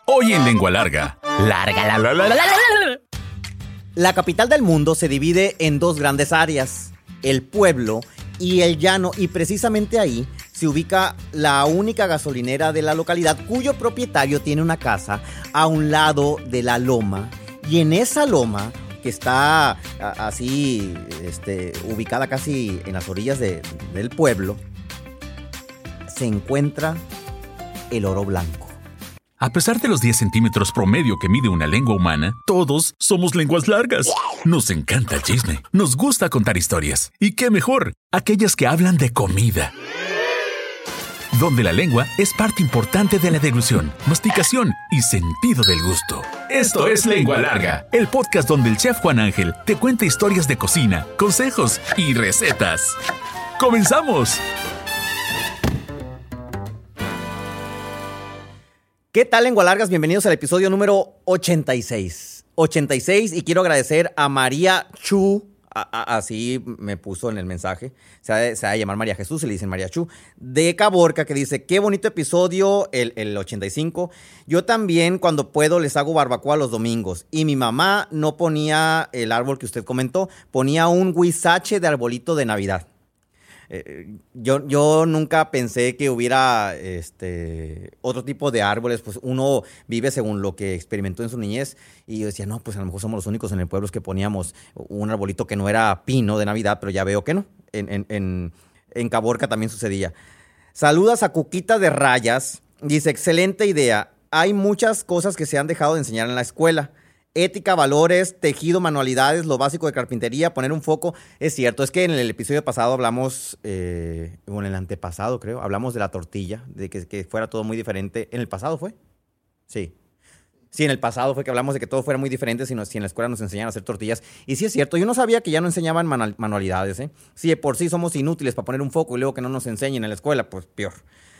Hoy en Lengua Larga. La capital del mundo se divide en dos grandes áreas, el pueblo y el llano, y precisamente ahí se ubica la única gasolinera de la localidad cuyo propietario tiene una casa a un lado de la loma, y en esa loma que está así ubicada casi en las orillas del pueblo, se encuentra el oro blanco. A pesar de los 10 centímetros promedio que mide una lengua humana, todos somos lenguas largas. Nos encanta el chisme, nos gusta contar historias. Y qué mejor, aquellas que hablan de comida. Donde la lengua es parte importante de la deglución, masticación y sentido del gusto. Esto es Lengua Larga, el podcast donde el chef Juan Ángel te cuenta historias de cocina, consejos y recetas. ¡Comenzamos! ¿Qué tal, Lengua Largas? Bienvenidos al episodio número 86. 86, y quiero agradecer a María Chu, así me puso en el mensaje, se va a llamar María Jesús, se le dicen María Chu, de Caborca, que dice, qué bonito episodio, el 85. Yo también, cuando puedo, les hago barbacoa los domingos. Y mi mamá no ponía el árbol que usted comentó, ponía un huizache de arbolito de Navidad. Yo nunca pensé que hubiera otro tipo de árboles. Pues uno vive según lo que experimentó en su niñez, y yo decía, no, pues a lo mejor somos los únicos en el pueblo que poníamos un arbolito que no era pino de Navidad, pero ya veo que no. En Caborca también sucedía. Saludas a Cuquita de Rayas, dice, excelente idea. Hay muchas cosas que se han dejado de enseñar en la escuela. Ética, valores, tejido, manualidades, lo básico de carpintería, poner un foco. Es cierto, es que en el episodio pasado hablamos, en el antepasado creo, hablamos de la tortilla, de que fuera todo muy diferente. ¿En el pasado fue? Sí. Sí, en el pasado fue que hablamos de que todo fuera muy diferente si en la escuela nos enseñaban a hacer tortillas. Y sí es cierto, yo no sabía que ya no enseñaban manualidades, ¿eh? Si de por sí somos inútiles para poner un foco y luego que no nos enseñen en la escuela, pues peor.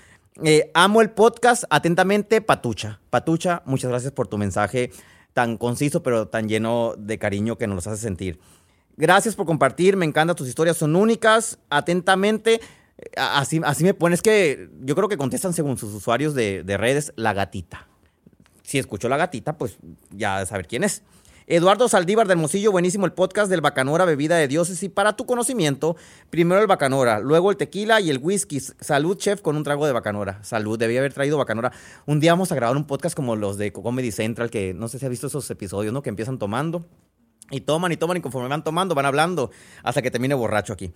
Amo el podcast, atentamente, Patucha. Patucha, muchas gracias por tu mensaje tan conciso, pero tan lleno de cariño que nos los hace sentir. Gracias por compartir, me encantan tus historias, son únicas. Atentamente, así me pones, que yo creo que contestan según sus usuarios de redes, la gatita. Si escuchó la gatita, pues ya de saber quién es. Eduardo Saldívar de Hermosillo, buenísimo el podcast del Bacanora, bebida de dioses. Y para tu conocimiento, primero el Bacanora, luego el tequila y el whisky. Salud, chef, con un trago de Bacanora. Salud, debía haber traído Bacanora. Un día vamos a grabar un podcast como los de Comedy Central, que no sé si has visto esos episodios, ¿no? Que empiezan tomando y toman, y conforme van tomando, van hablando hasta que termine borracho aquí.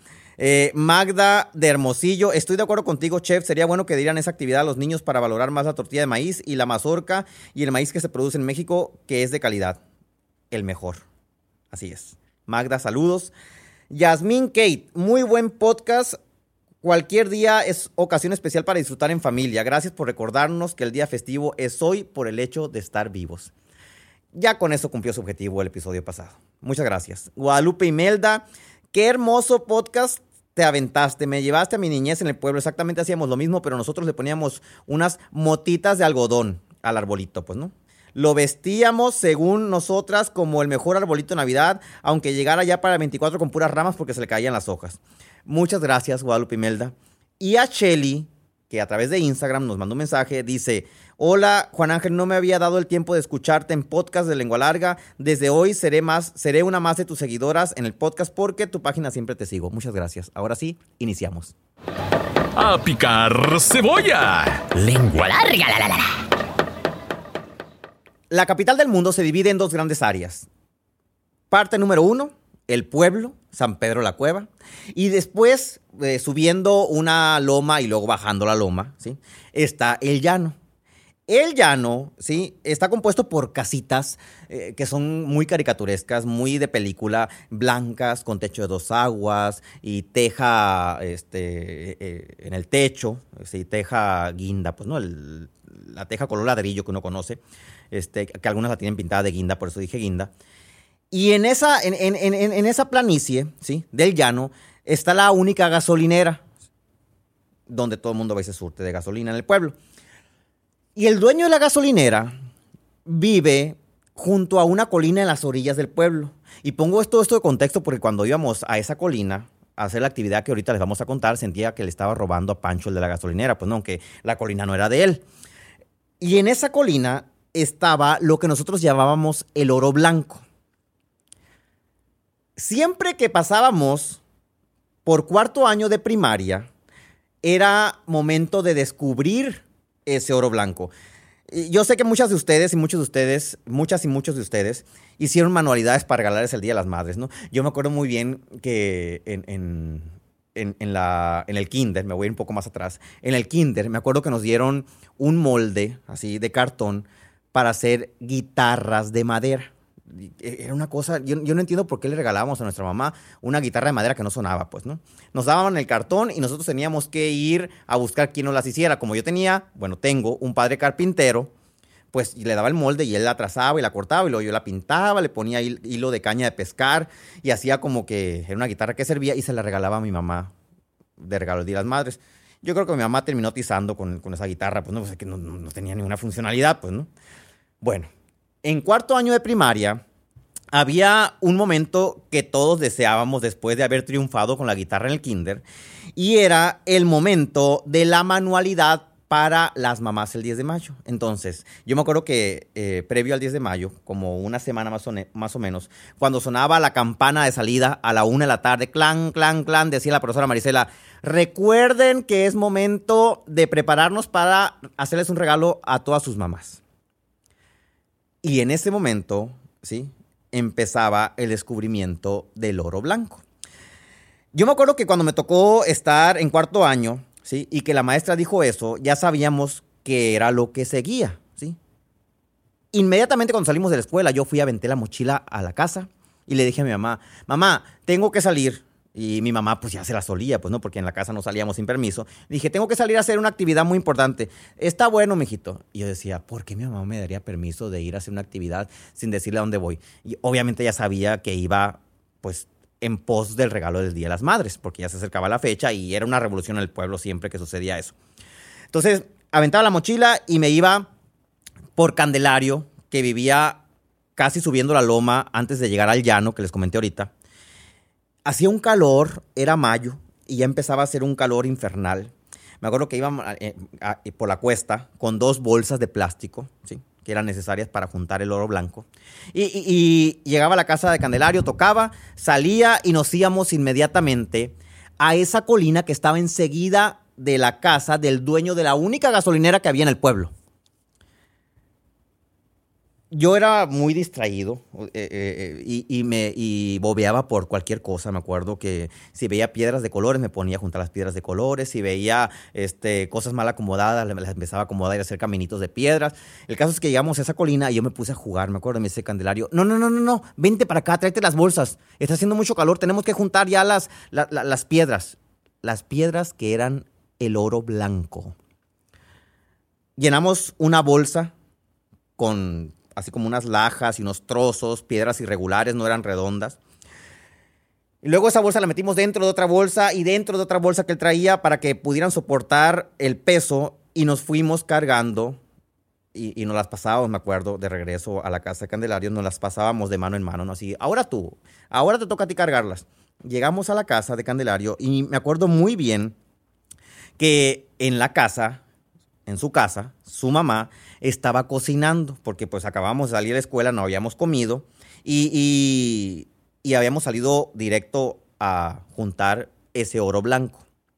Magda de Hermosillo, estoy de acuerdo contigo, chef. Sería bueno que dieran esa actividad a los niños para valorar más la tortilla de maíz y la mazorca y el maíz que se produce en México, que es de calidad. El mejor. Así es. Magda, saludos. Yasmín Kate, muy buen podcast. Cualquier día es ocasión especial para disfrutar en familia. Gracias por recordarnos que el día festivo es hoy por el hecho de estar vivos. Ya con eso cumplió su objetivo el episodio pasado. Muchas gracias. Guadalupe Imelda, qué hermoso podcast te aventaste. Me llevaste a mi niñez en el pueblo. Exactamente hacíamos lo mismo, pero nosotros le poníamos unas motitas de algodón al arbolito, pues, ¿no? Lo vestíamos, según nosotras, como el mejor arbolito de Navidad, aunque llegara ya para el 24 con puras ramas porque se le caían las hojas. Muchas gracias, Guadalupe Imelda. Y a Shelly, que a través de Instagram nos mandó un mensaje, dice, hola, Juan Ángel, no me había dado el tiempo de escucharte en podcast de Lengua Larga. Desde hoy seré una más de tus seguidoras en el podcast porque tu página siempre te sigo. Muchas gracias. Ahora sí, iniciamos. ¡A picar cebolla! Lengua Larga, La capital del mundo se divide en dos grandes áreas. Parte número 1, el pueblo, San Pedro la Cueva. Y después, subiendo una loma y luego bajando la loma, ¿sí?, está el llano. El llano, ¿sí?, está compuesto por casitas que son muy caricaturescas, muy de película, blancas, con techo de dos aguas y teja en el techo, ¿sí?, teja guinda, pues, ¿no? La teja color ladrillo que uno conoce, que algunas la tienen pintada de guinda, por eso dije guinda. Y en esa planicie, ¿sí?, del llano está la única gasolinera donde todo el mundo va y se surte de gasolina en el pueblo. Y el dueño de la gasolinera vive junto a una colina en las orillas del pueblo. Y pongo esto de contexto porque cuando íbamos a esa colina a hacer la actividad que ahorita les vamos a contar, sentía que le estaba robando a Pancho, el de la gasolinera, pues no, aunque la colina no era de él. Y en esa colina estaba lo que nosotros llamábamos el oro blanco. Siempre que pasábamos por cuarto año de primaria, era momento de descubrir ese oro blanco. Yo sé que muchas y muchos de ustedes hicieron manualidades para regalarles el Día de las Madres, ¿no? Yo me acuerdo muy bien que en el kinder, me voy a ir un poco más atrás, en el kinder me acuerdo que nos dieron un molde así de cartón para hacer guitarras de madera. Era una cosa, yo no entiendo por qué le regalábamos a nuestra mamá una guitarra de madera que no sonaba, pues, ¿no? Nos daban el cartón y nosotros teníamos que ir a buscar quién nos las hiciera. Como yo tengo un padre carpintero, pues le daba el molde y él la trazaba y la cortaba y luego yo la pintaba, le ponía hilo de caña de pescar y hacía como que era una guitarra que servía y se la regalaba a mi mamá de regalo el Día de las Madres. Yo creo que mi mamá terminó tizando con esa guitarra, pues, ¿no? Pues, que no tenía ninguna funcionalidad, pues, ¿no? Bueno. En cuarto año de primaria, había un momento que todos deseábamos después de haber triunfado con la guitarra en el kinder, y era el momento de la manualidad para las mamás el 10 de mayo. Entonces, yo me acuerdo que previo al 10 de mayo, como una semana más o menos, cuando sonaba la campana de salida a la 1 de la tarde, clan, clan, clan, decía la profesora Marisela, recuerden que es momento de prepararnos para hacerles un regalo a todas sus mamás. Y en ese momento, ¿sí?, empezaba el descubrimiento del oro blanco. Yo me acuerdo que cuando me tocó estar en cuarto año, ¿sí?, y que la maestra dijo eso, ya sabíamos que era lo que seguía, ¿sí? Inmediatamente cuando salimos de la escuela, yo aventé la mochila a la casa y le dije a mi mamá, mamá, tengo que salir. Y mi mamá pues ya se la solía, pues no, porque en la casa no salíamos sin permiso. Le dije, tengo que salir a hacer una actividad muy importante. Está bueno, mijito. Y yo decía, ¿por qué mi mamá me daría permiso de ir a hacer una actividad sin decirle a dónde voy? Y obviamente ya sabía que iba pues en pos del regalo del Día de las Madres, porque ya se acercaba la fecha y era una revolución en el pueblo siempre que sucedía eso. Entonces, aventaba la mochila y me iba por Candelario, que vivía casi subiendo la loma antes de llegar al llano, que les comenté ahorita. Hacía un calor, era mayo, y ya empezaba a hacer un calor infernal. Me acuerdo que íbamos por la cuesta con 2 bolsas de plástico, ¿sí?, que eran necesarias para juntar el oro blanco. Y llegaba a la casa de Candelario, tocaba, salía y nos íbamos inmediatamente a esa colina que estaba enseguida de la casa del dueño de la única gasolinera que había en el pueblo. Yo era muy distraído y bobeaba por cualquier cosa. Me acuerdo que si veía piedras de colores me ponía a juntar las piedras de colores. Si veía cosas mal acomodadas, las empezaba a acomodar y a hacer caminitos de piedras. El caso es que llegamos a esa colina y yo me puse a jugar. Me acuerdo, me dice Candelario, no, vente para acá, tráete las bolsas. Está haciendo mucho calor, tenemos que juntar ya las piedras. Las piedras que eran el oro blanco. Llenamos una bolsa con así como unas lajas y unos trozos, piedras irregulares, no eran redondas. Y luego esa bolsa la metimos dentro de otra bolsa y dentro de otra bolsa que él traía para que pudieran soportar el peso, y nos fuimos cargando y nos las pasábamos, me acuerdo, de regreso a la casa de Candelario, nos las pasábamos de mano en mano, ¿no? Así, ahora te toca a ti cargarlas. Llegamos a la casa de Candelario y me acuerdo muy bien que en su casa, su mamá estaba cocinando, porque pues acabamos de salir de la escuela, no habíamos comido y habíamos salido directo a juntar ese oro blanco.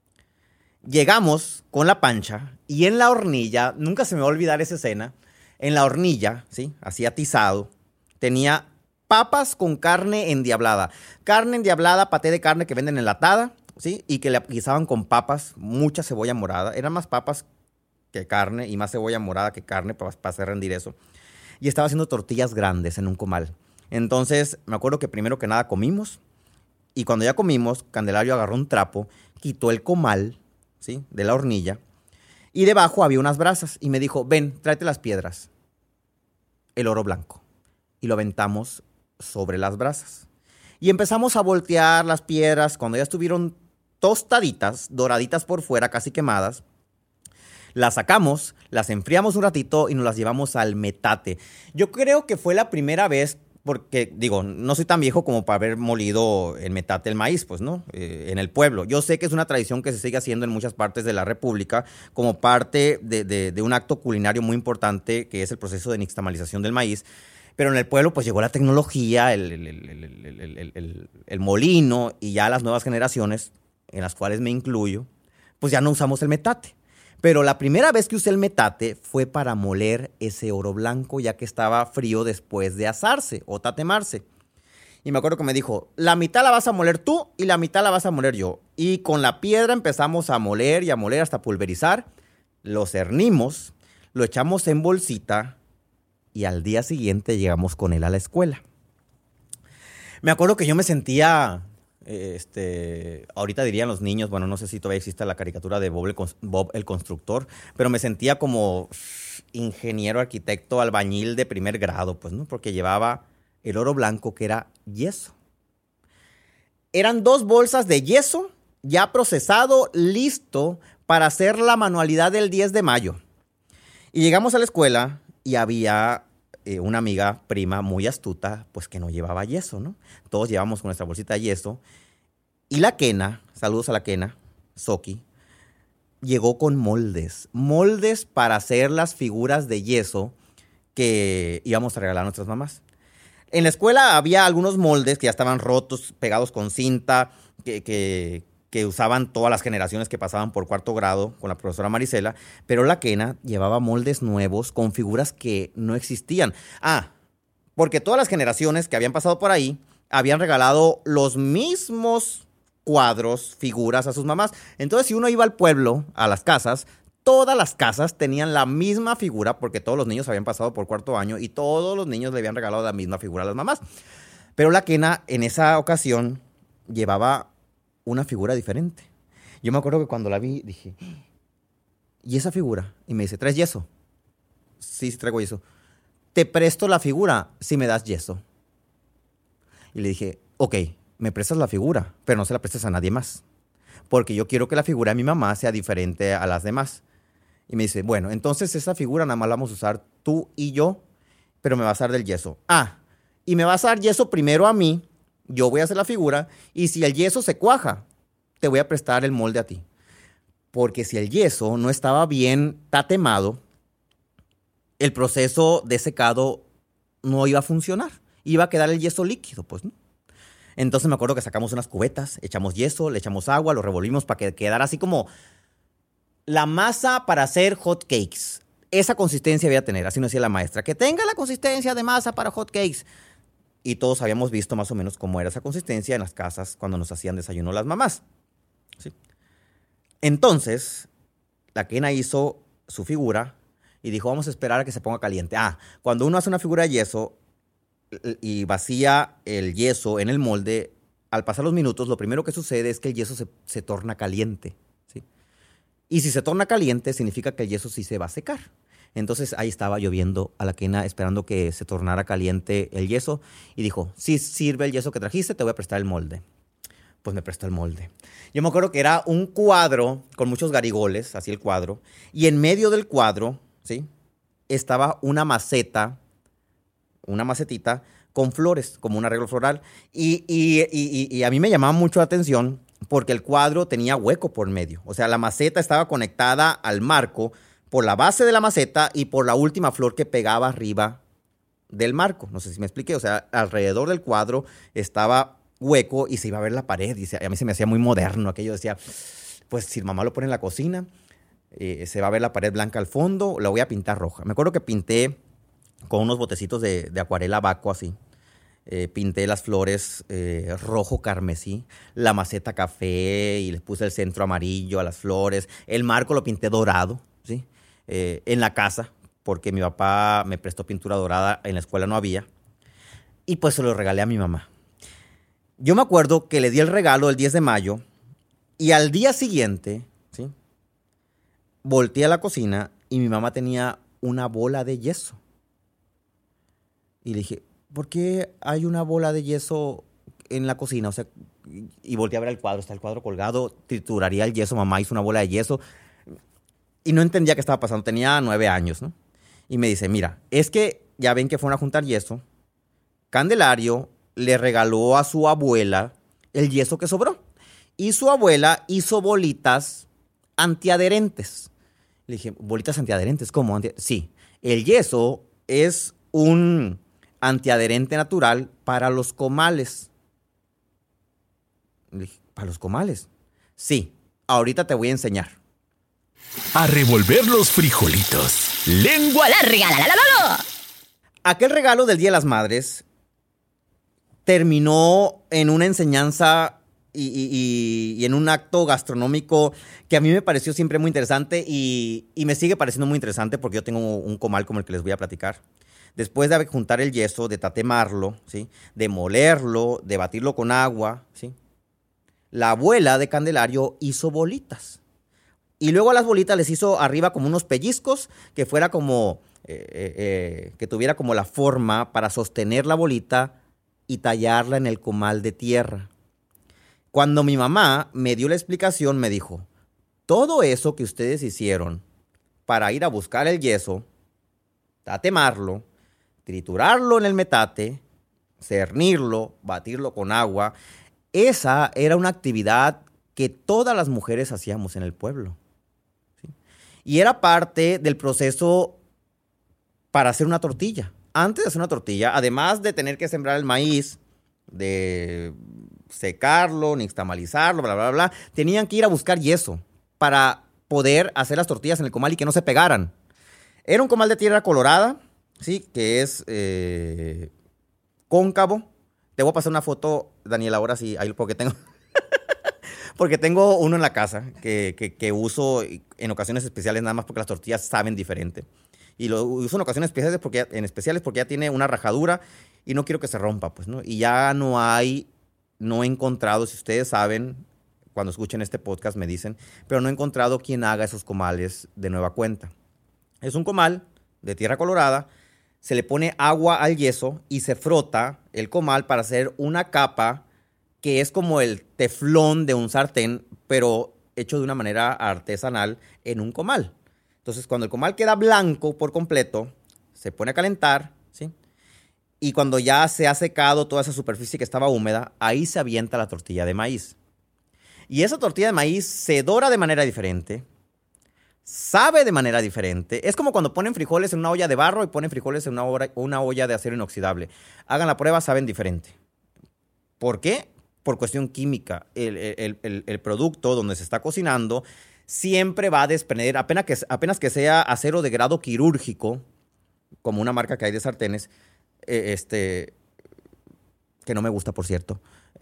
Llegamos con la pancha y en la hornilla, nunca se me va a olvidar esa escena, en la hornilla, ¿sí?, así atizado, tenía papas con carne endiablada. Carne endiablada, paté de carne que venden enlatada, ¿sí?, y que le guisaban con papas, mucha cebolla morada. Eran más papas que carne y más cebolla morada que carne para hacer rendir eso. Y estaba haciendo tortillas grandes en un comal. Entonces, me acuerdo que primero que nada comimos, y cuando ya comimos, Candelario agarró un trapo, quitó el comal, ¿sí?, de la hornilla, y debajo había unas brasas, y me dijo, ven, tráete las piedras, el oro blanco. Y lo aventamos sobre las brasas. Y empezamos a voltear las piedras. Cuando ya estuvieron tostaditas, doraditas por fuera, casi quemadas, las sacamos, las enfriamos un ratito y nos las llevamos al metate. Yo creo que fue la primera vez porque, digo, no soy tan viejo como para haber molido el metate el maíz, pues, ¿no? En el pueblo. Yo sé que es una tradición que se sigue haciendo en muchas partes de la República como parte de un acto culinario muy importante que es el proceso de nixtamalización del maíz. Pero en el pueblo, pues, llegó la tecnología, el molino y ya las nuevas generaciones, en las cuales me incluyo, pues ya no usamos el metate. Pero la primera vez que usé el metate fue para moler ese oro blanco, ya que estaba frío después de asarse o tatemarse. Y me acuerdo que me dijo, la mitad la vas a moler tú y la mitad la vas a moler yo. Y con la piedra empezamos a moler y a moler hasta pulverizar. Lo cernimos, lo echamos en bolsita y al día siguiente llegamos con él a la escuela. Me acuerdo que yo me sentía... ahorita dirían los niños, bueno, no sé si todavía existe la caricatura de Bob el Constructor, pero me sentía como ingeniero, arquitecto, albañil de primer grado, pues, ¿no? Porque llevaba el oro blanco que era yeso. Eran 2 bolsas de yeso ya procesado, listo para hacer la manualidad del 10 de mayo. Y llegamos a la escuela y había una amiga prima muy astuta, pues que no llevaba yeso, ¿no? Todos llevamos con nuestra bolsita de yeso. Y la Kena, saludos a la Kena, Soki, llegó con moldes. Moldes para hacer las figuras de yeso que íbamos a regalar a nuestras mamás. En la escuela había algunos moldes que ya estaban rotos, pegados con cinta, que usaban todas las generaciones que pasaban por 4º grado con la profesora Marisela, pero la Kena llevaba moldes nuevos con figuras que no existían. Porque todas las generaciones que habían pasado por ahí habían regalado los mismos cuadros, figuras a sus mamás. Entonces, si uno iba al pueblo, a las casas, todas las casas tenían la misma figura porque todos los niños habían pasado por 4º año y todos los niños le habían regalado la misma figura a las mamás. Pero la Kena en esa ocasión llevaba una figura diferente. Yo me acuerdo que cuando la vi dije, ¿y esa figura? Y me dice, ¿traes yeso? Sí, sí traigo yeso. Te presto la figura si me das yeso. Y le dije, ok, me prestas la figura, pero no se la prestes a nadie más. Porque yo quiero que la figura de mi mamá sea diferente a las demás. Y me dice, bueno, entonces esa figura nada más la vamos a usar tú y yo, pero me vas a dar del yeso. Y me vas a dar yeso primero a mí. Yo voy a hacer la figura y si el yeso se cuaja, te voy a prestar el molde a ti. Porque si el yeso no estaba bien tatemado, el proceso de secado no iba a funcionar. Iba a quedar el yeso líquido, pues, ¿no? Entonces me acuerdo que sacamos unas cubetas, echamos yeso, le echamos agua, lo revolvimos para que quedara así como la masa para hacer hot cakes. Esa consistencia debía tener, así nos decía la maestra, que tenga la consistencia de masa para hot cakes. Y todos habíamos visto más o menos cómo era esa consistencia en las casas cuando nos hacían desayuno las mamás. ¿Sí? Entonces, la Kena hizo su figura y dijo, vamos a esperar a que se ponga caliente. Cuando uno hace una figura de yeso y vacía el yeso en el molde, al pasar los minutos, lo primero que sucede es que el yeso se torna caliente. ¿Sí? Y si se torna caliente, significa que el yeso sí se va a secar. Entonces ahí estaba yo viendo a la Kena esperando que se tornara caliente el yeso y dijo, si sirve el yeso que trajiste, te voy a prestar el molde. Pues me prestó el molde. Yo me acuerdo que era un cuadro con muchos garigoles, así el cuadro, y en medio del cuadro, ¿sí? Estaba una macetita con flores, como un arreglo floral. Y a mí me llamaba mucho la atención porque el cuadro tenía hueco por medio. O sea, la maceta estaba conectada al marco por la base de la maceta y por la última flor que pegaba arriba del marco. No sé si me expliqué. O sea, alrededor del cuadro estaba hueco y se iba a ver la pared. Y a mí se me hacía muy moderno aquello. Decía, pues si mamá lo pone en la cocina, se va a ver la pared blanca al fondo, la voy a pintar roja. Me acuerdo que pinté con unos botecitos de acuarela Baco así. Pinté las flores rojo carmesí, la maceta café y les puse el centro amarillo a las flores. El marco lo pinté dorado, ¿sí? En la casa, porque mi papá me prestó pintura dorada, en la escuela no había. Y pues se lo regalé a mi mamá. Yo me acuerdo que le di el regalo el 10 de mayo y al día siguiente, ¿sí? Volteé a la cocina y mi mamá tenía una bola de yeso. Y le dije, ¿por qué hay una bola de yeso en la cocina? O sea, y volteé a ver el cuadro, está el cuadro colgado, trituraría el yeso, mamá hizo una bola de yeso. Y no entendía qué estaba pasando, tenía 9 años, ¿no? Y me dice, mira, es que ya ven que fueron a juntar yeso Candelario le regaló a su abuela el yeso que sobró. Y su abuela hizo bolitas antiadherentes. Le dije, ¿bolitas antiadherentes? ¿Cómo? Sí, el yeso es un antiadherente natural para los comales. Le dije, ¿para los comales? Sí, ahorita te voy a enseñar. A revolver los frijolitos. ¡Lengua larga! ¡La! Aquel regalo del Día de las Madres terminó en una enseñanza y en un acto gastronómico que a mí me pareció siempre muy interesante y me sigue pareciendo muy interesante porque yo tengo un comal como el que les voy a platicar. Después de juntar el yeso, de tatemarlo, ¿sí? De molerlo, de batirlo con agua, ¿sí? La abuela de Candelario hizo bolitas. Y luego a las bolitas les hizo arriba como unos pellizcos que fuera como, que tuviera como la forma para sostener la bolita y tallarla en el comal de tierra. Cuando mi mamá me dio la explicación, me dijo, todo eso que ustedes hicieron para ir a buscar el yeso, tatemarlo, triturarlo en el metate, cernirlo, batirlo con agua, esa era una actividad que todas las mujeres hacíamos en el pueblo. ¿Sí? Y era parte del proceso para hacer una tortilla. Antes de hacer una tortilla, además de tener que sembrar el maíz, de secarlo, nixtamalizarlo, bla, bla, bla, tenían que ir a buscar yeso para poder hacer las tortillas en el comal y que no se pegaran. Era un comal de tierra colorada, ¿sí? Que es cóncavo. Te voy a pasar una foto, Daniel, ahora sí, ahí, porque tengo uno en la casa que uso en ocasiones especiales nada más porque las tortillas saben diferente. Y lo uso en ocasiones especiales porque ya tiene una rajadura y no quiero que se rompa, pues, ¿no? Y ya no he encontrado, si ustedes saben, cuando escuchen este podcast me dicen, pero no he encontrado quien haga esos comales de nueva cuenta. Es un comal de tierra colorada, se le pone agua al yeso y se frota el comal para hacer una capa que es como el teflón de un sartén, pero hecho de una manera artesanal en un comal. Entonces, cuando el comal queda blanco por completo, se pone a calentar, ¿sí? Y cuando ya se ha secado toda esa superficie que estaba húmeda, ahí se avienta la tortilla de maíz. Y esa tortilla de maíz se dora de manera diferente, sabe de manera diferente. Es como cuando ponen frijoles en una olla de barro y ponen frijoles en una olla de acero inoxidable. Hagan la prueba, saben diferente. ¿Por qué? Por cuestión química. El producto donde se está cocinando siempre va a desprender, apenas que sea acero de grado quirúrgico, como una marca que hay de sartenes, que no me gusta, por cierto,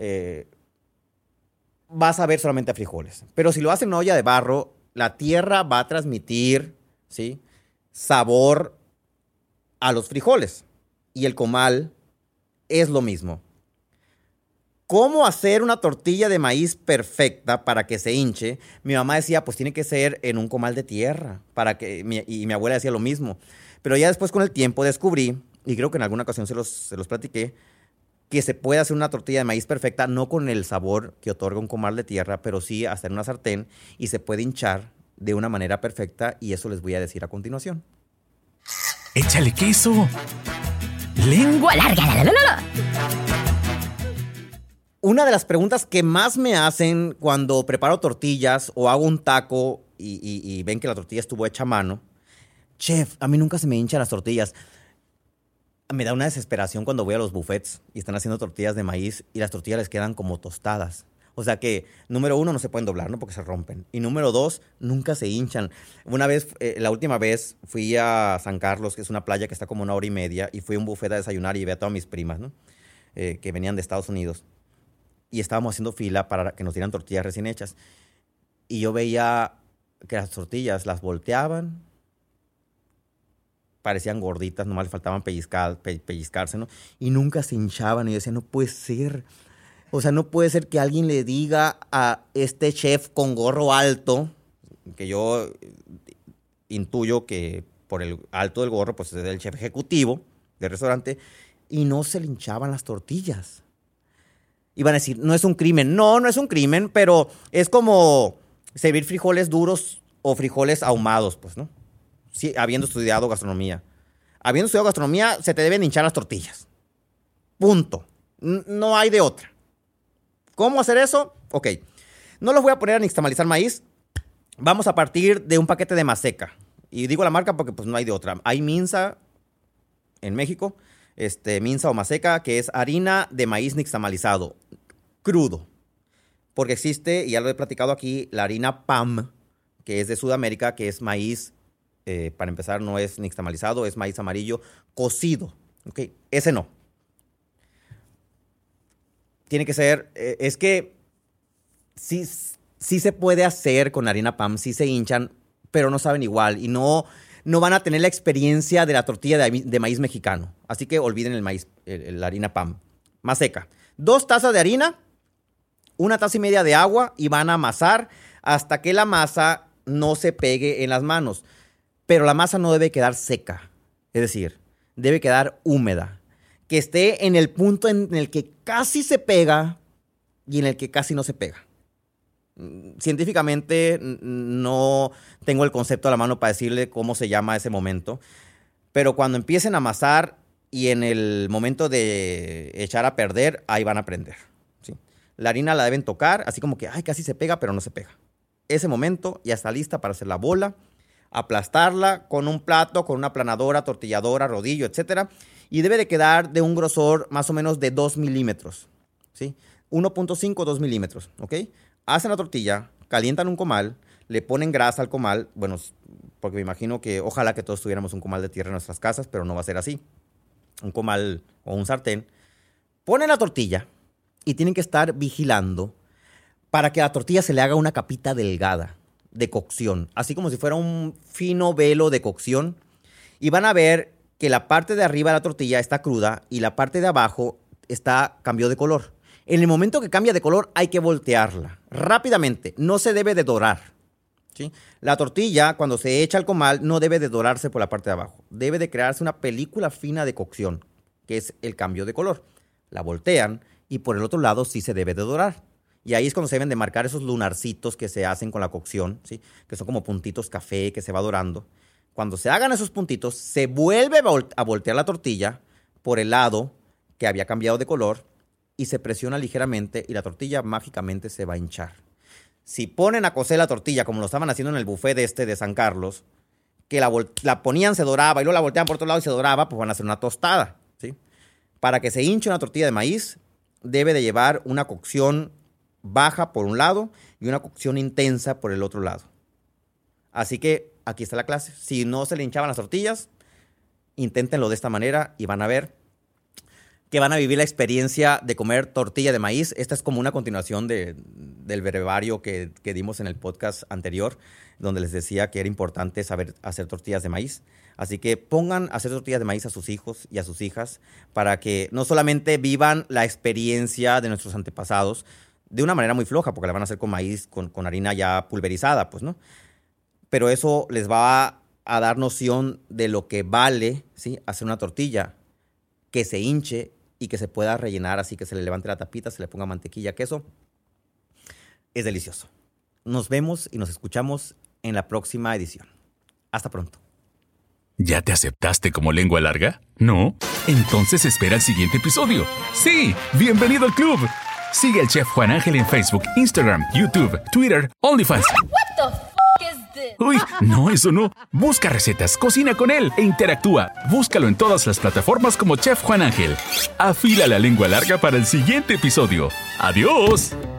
vas a ver solamente a frijoles. Pero si lo hacen en una olla de barro, la tierra va a transmitir, ¿sí?, sabor a los frijoles. Y el comal es lo mismo. ¿Cómo hacer una tortilla de maíz perfecta para que se hinche? Mi mamá decía, pues tiene que ser en un comal de tierra. Y mi abuela decía lo mismo. Pero ya después con el tiempo descubrí, y creo que en alguna ocasión se los platiqué, que se puede hacer una tortilla de maíz perfecta, no con el sabor que otorga un comal de tierra, pero sí hacer una sartén y se puede hinchar de una manera perfecta, y eso les voy a decir a continuación. ¡Échale queso! ¡Lengua larga! Una de las preguntas que más me hacen cuando preparo tortillas o hago un taco y ven que la tortilla estuvo hecha a mano, chef, a mí nunca se me hinchan las tortillas. Me da una desesperación cuando voy a los buffets y están haciendo tortillas de maíz y las tortillas les quedan como tostadas. O sea que, número uno, no se pueden doblar, ¿no? Porque se rompen. Y número dos, nunca se hinchan. La última vez fui a San Carlos, que es una playa que está como 1 hora y media, y fui a un buffet a desayunar y llevé a todas mis primas, ¿no? Que venían de Estados Unidos. Y estábamos haciendo fila para que nos dieran tortillas recién hechas. Y yo veía que las tortillas las volteaban, parecían gorditas, nomás le faltaban pellizcarse, ¿no? Y nunca se hinchaban. Y yo decía, no puede ser. O sea, no puede ser que alguien le diga a este chef con gorro alto, que yo intuyo que por el alto del gorro, pues es el chef ejecutivo del restaurante, y no se le hinchaban las tortillas. Iban a decir, no es un crimen. No, no es un crimen, pero es como servir frijoles duros o frijoles ahumados, pues, ¿no? Sí, habiendo estudiado gastronomía. Habiendo estudiado gastronomía, se te deben hinchar las tortillas. Punto. No hay de otra. ¿Cómo hacer eso? Ok. No los voy a poner a nixtamalizar maíz. Vamos a partir de un paquete de Maseca. Y digo la marca porque pues no hay de otra. Hay Minza en México, Minza o Maseca, que es harina de maíz nixtamalizado, crudo. Porque existe, y ya lo he platicado aquí, la harina PAM, que es de Sudamérica, que es maíz, para empezar, no es nixtamalizado, es maíz amarillo cocido. ¿Okay? Ese no. Tiene que ser, es que sí se puede hacer con harina PAM, sí se hinchan, pero no saben igual y no van a tener la experiencia de la tortilla de maíz mexicano. Así que olviden el maíz, la harina PAM. Maseca. 2 tazas de harina, 1 taza y media de agua y van a amasar hasta que la masa no se pegue en las manos. Pero la masa no debe quedar seca, es decir, debe quedar húmeda. Que esté en el punto en el que casi se pega y en el que casi no se pega. Científicamente no tengo el concepto a la mano para decirle cómo se llama ese momento, pero cuando empiecen a amasar y en el momento de echar a perder, ahí van a aprender, ¿sí? La harina la deben tocar, así como que casi se pega, pero no se pega. Ese momento ya está lista para hacer la bola, aplastarla con un plato, con una aplanadora, tortilladora, rodillo, etc. Y debe de quedar de un grosor más o menos de 2 milímetros, ¿sí? 1.5, 2 milímetros, ¿ok? Hacen la tortilla, calientan un comal, le ponen grasa al comal, bueno, porque me imagino que ojalá que todos tuviéramos un comal de tierra en nuestras casas, pero no va a ser así. Un comal o un sartén. Ponen la tortilla y tienen que estar vigilando para que a la tortilla se le haga una capita delgada de cocción, así como si fuera un fino velo de cocción. Y van a ver que la parte de arriba de la tortilla está cruda y la parte de abajo cambió de color. En el momento que cambia de color hay que voltearla rápidamente, no se debe de dorar, ¿sí? La tortilla cuando se echa al comal no debe de dorarse por la parte de abajo, debe de crearse una película fina de cocción, que es el cambio de color. La voltean y por el otro lado sí se debe de dorar. Y ahí es cuando se deben de marcar esos lunarcitos que se hacen con la cocción, ¿sí? Que son como puntitos café que se va dorando. Cuando se hagan esos puntitos, se vuelve a voltear la tortilla por el lado que había cambiado de color y se presiona ligeramente y la tortilla mágicamente se va a hinchar. Si ponen a cocer la tortilla como lo estaban haciendo en el buffet de San Carlos, que la ponían, se doraba y luego la volteaban por otro lado y se doraba, pues van a hacer una tostada, ¿sí? Para que se hinche una tortilla de maíz, debe de llevar una cocción baja por un lado y una cocción intensa por el otro lado. Así que aquí está la clase. Si no se le hinchaban las tortillas, inténtenlo de esta manera y van a ver que van a vivir la experiencia de comer tortilla de maíz. Esta es como una continuación del brevario que dimos en el podcast anterior, donde les decía que era importante saber hacer tortillas de maíz. Así que pongan a hacer tortillas de maíz a sus hijos y a sus hijas para que no solamente vivan la experiencia de nuestros antepasados de una manera muy floja, porque la van a hacer con maíz, con harina ya pulverizada, pues, ¿no? Pero eso les va a dar noción de lo que vale, ¿sí? Hacer una tortilla que se hinche y que se pueda rellenar así, que se le levante la tapita, se le ponga mantequilla, queso. Es delicioso. Nos vemos y nos escuchamos en la próxima edición. Hasta pronto. ¿Ya te aceptaste como lengua larga? ¿No? Entonces espera el siguiente episodio. ¡Sí! ¡Bienvenido al club! Sigue al Chef Juan Ángel en Facebook, Instagram, YouTube, Twitter, OnlyFans. Uy, no, eso no. Busca recetas, cocina con él e interactúa. Búscalo en todas las plataformas como Chef Juan Ángel. Afila la lengua larga para el siguiente episodio. ¡Adiós!